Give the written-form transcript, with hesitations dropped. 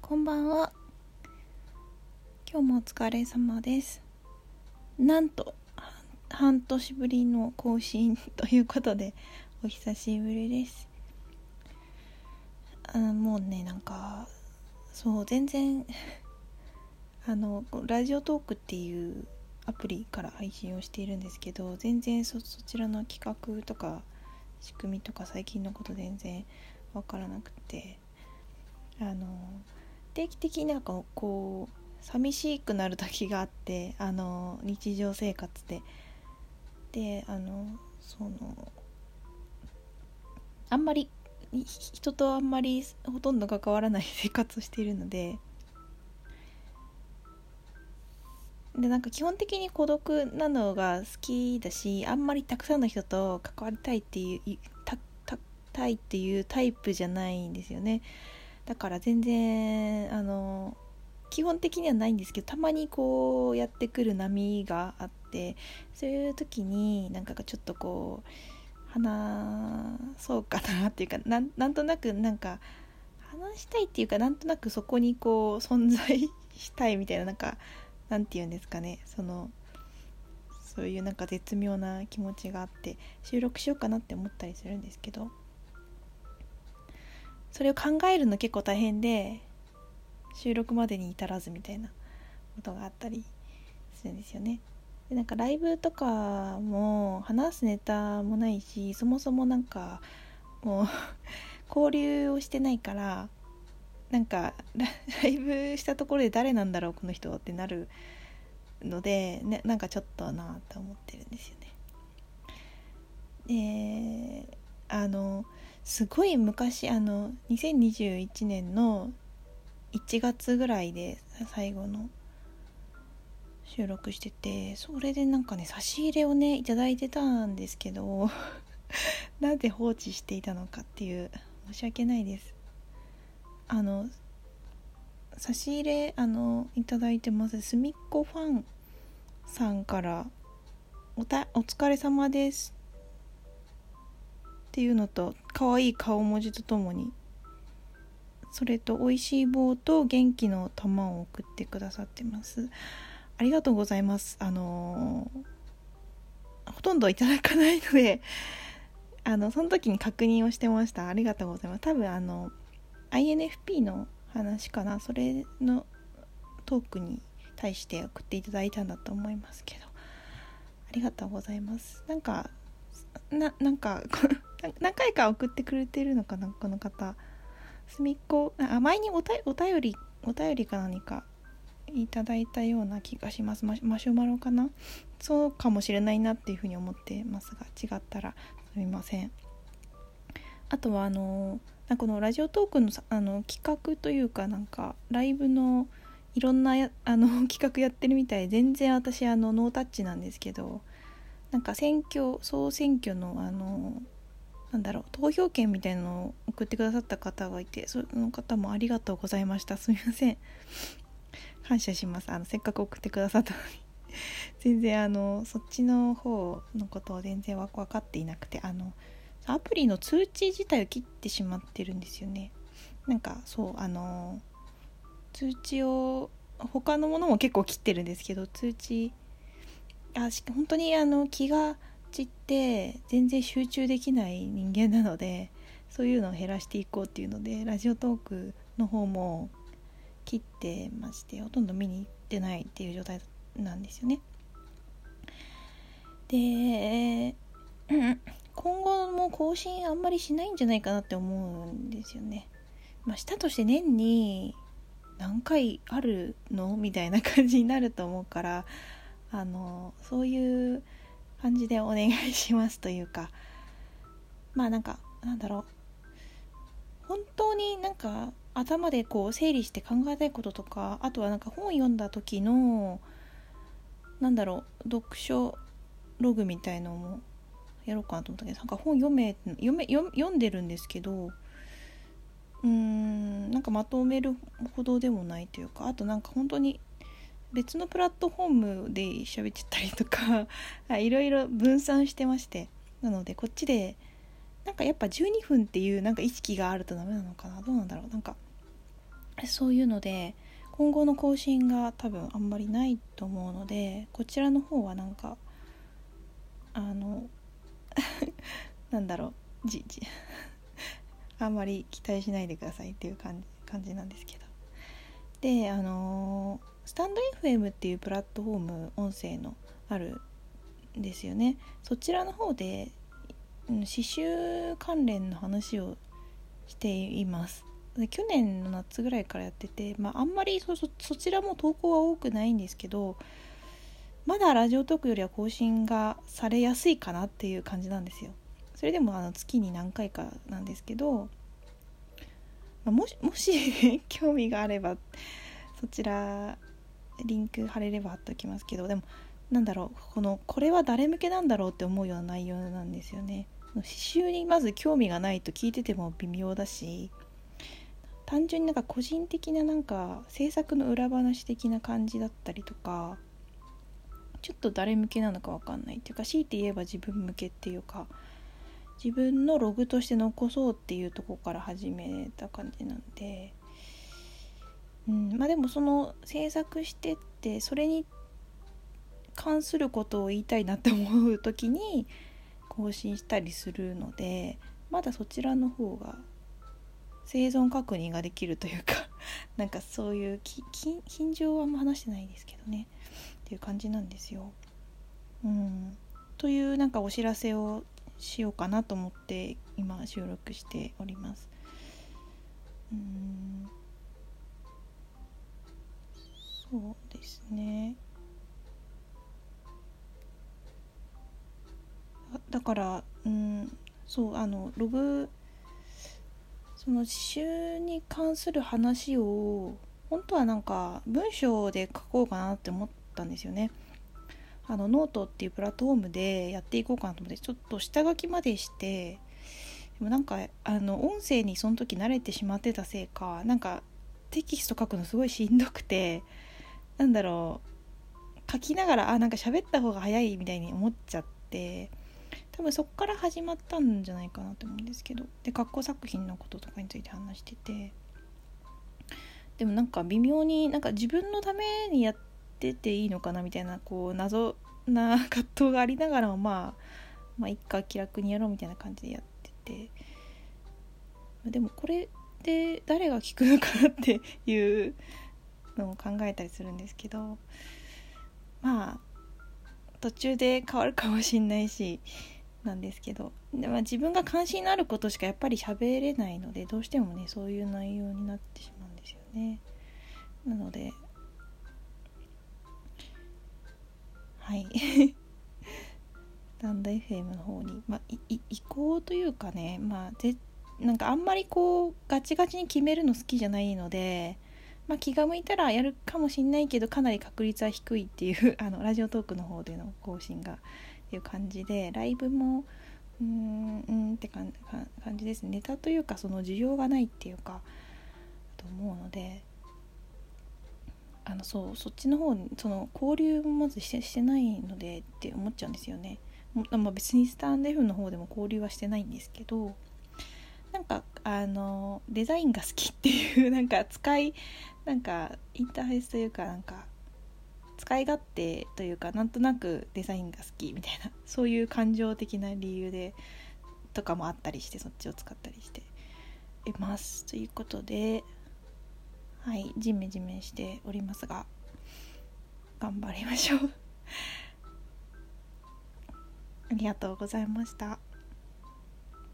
こんばんは。今日もお疲れ様です。なんと半年ぶりの更新ということでお久しぶりです。もうね、全然ラジオトークっていうアプリから配信をしているんですけど、全然そちらの企画とか仕組みとか最近のこと全然わからなくて、定期的に寂しくなる時があって、日常生活であんまり人とあんまりほとんど関わらない生活をしているので、基本的に孤独なのが好きだし、あんまりたくさんの人と関わりたいっていうタイプじゃないんですよね。だから全然基本的にはないんですけど、たまにこうやってくる波があって、そういう時にちょっと話そうかなっていうか、なんとなく話したいっていうか、なんとなくそこに存在したいみたいな、なんていうんですかね、そういう絶妙な気持ちがあって収録しようかなって思ったりするんですけど、それを考えるの結構大変で、収録までに至らずみたいなことがあったりするんですよね。でライブとかも話すネタもないし、そもそももう交流をしてないから、ライブしたところで誰なんだろうこの人ってなるので、ね、ちょっとなと思ってるんですよね。すごい昔2021年の1月ぐらいで最後の収録してて、それで差し入れをねいただいてたんですけどなぜ放置していたのかっていう、申し訳ないです。差し入れいただいてます。すみっこファンさんからお疲れ様ですっていうのと、可愛い顔文字とともに、それと美味しい棒と元気の玉を送ってくださってます。ありがとうございます。ほとんどいただかないのでその時に確認をしてました。ありがとうございます。多分INFP の話かな、それのトークに対して送っていただいたんだと思いますけど、ありがとうございます。何回か送ってくれてるのかな、この方。すみっこ、前にお便りか何かいただいたような気がします。マシュマロかな、そうかもしれないなっていうふうに思ってますが、違ったらすみません。あとはこのラジオトークの企画というか、ライブのいろんな企画やってるみたいで、全然私ノータッチなんですけど、総選挙の投票権みたいなのを送ってくださった方がいて、その方もありがとうございました。すみません、感謝します。せっかく送ってくださったのに全然そっちの方のことを全然分かっていなくて、アプリの通知自体を切ってしまってるんですよね。通知を、他のものも結構切ってるんですけど、通知本当に気が散って全然集中できない人間なので、そういうのを減らしていこうっていうので、ラジオトークの方も切ってまして、ほとんど見に行ってないっていう状態なんですよね。で、今後も更新あんまりしないんじゃないかなって思うんですよね。したとして年に何回あるのみたいな感じになると思うから、そういう感じでお願いしますというか、本当に頭で整理して考えたいこととか、あとは本読んだ時の読書ログみたいのもやろうかなと思ったけど、本読んでるんですけど、まとめるほどでもないというか、あと本当に別のプラットフォームで喋っちゃったりとかいろいろ分散してまして、なのでこっちでやっぱ12分っていう意識があるとダメなのかな、どうなんだろう。 そういうので今後の更新が多分あんまりないと思うので、こちらの方はなんかなんだろうあんまり期待しないでくださいっていう感じなんですけど、でスタンド FM っていうプラットフォーム音声のあるんですよね。そちらの方で刺繍関連の話をしています。で去年の夏ぐらいからやってて、あんまりそちらも投稿は多くないんですけど、まだラジオトークよりは更新がされやすいかなっていう感じなんですよ。それでも月に何回かなんですけど、もし興味があればそちらリンク貼れれば貼っておきますけど、でもなんだろう、これは誰向けなんだろうって思うような内容なんですよね。刺繍にまず興味がないと聞いてても微妙だし、単純になんか個人的ななんか制作の裏話的な感じだったりとか、ちょっと誰向けなのか分かんないっていうか、強いて言えば自分向けっていうか、自分のログとして残そうっていうところから始めた感じなんで、でもその制作してってそれに関することを言いたいなって思う時に更新したりするので、まだそちらの方が生存確認ができるというかなんかそういう近情はあんま話してないですけどねっていう感じなんですよ。というなんかお知らせをしようかなと思って今収録しております。そうですね。だからそうログ、その刺繍に関する話を本当はなんか文章で書こうかなって思ったんですよね。ノートっていうプラットフォームでやっていこうかなと思ってちょっと下書きまでして、でもなんか音声にその時慣れてしまってたせいか、なんかテキスト書くのすごいしんどくて、なんだろう、書きながらなんか喋った方が早いみたいに思っちゃって、多分そっから始まったんじゃないかなと思うんですけど、で学校作品のこととかについて話してて、でもなんか微妙になんか自分のためにやってていいのかなみたいな謎な葛藤がありながらもまあ一回気楽にやろうみたいな感じでやってて、でもこれで誰が聞くのかなっていうのを考えたりするんですけど、途中で変わるかもしんないしなんですけど、で、自分が関心のあることしかやっぱり喋れないので、どうしてもねそういう内容になってしまうんですよね。なのではいスタンド FM の方に、移行というかね、なんかあんまりガチガチに決めるの好きじゃないので、気が向いたらやるかもしんないけどかなり確率は低いっていうラジオトークの方での更新がっていう感じで、ライブもって感じですね。ネタというかその需要がないっていうかと思うので、そっちの方にその交流もまずしてないのでって思っちゃうんですよね。別にスタンド F の方でも交流はしてないんですけど、なんかデザインが好きっていうなんかなんかインターフェースというかなんか使い勝手というか、なんとなくデザインが好きみたいな、そういう感情的な理由でとかもあったりして、そっちを使ったりしていますということで、はいジメジメしておりますが頑張りましょうありがとうございました。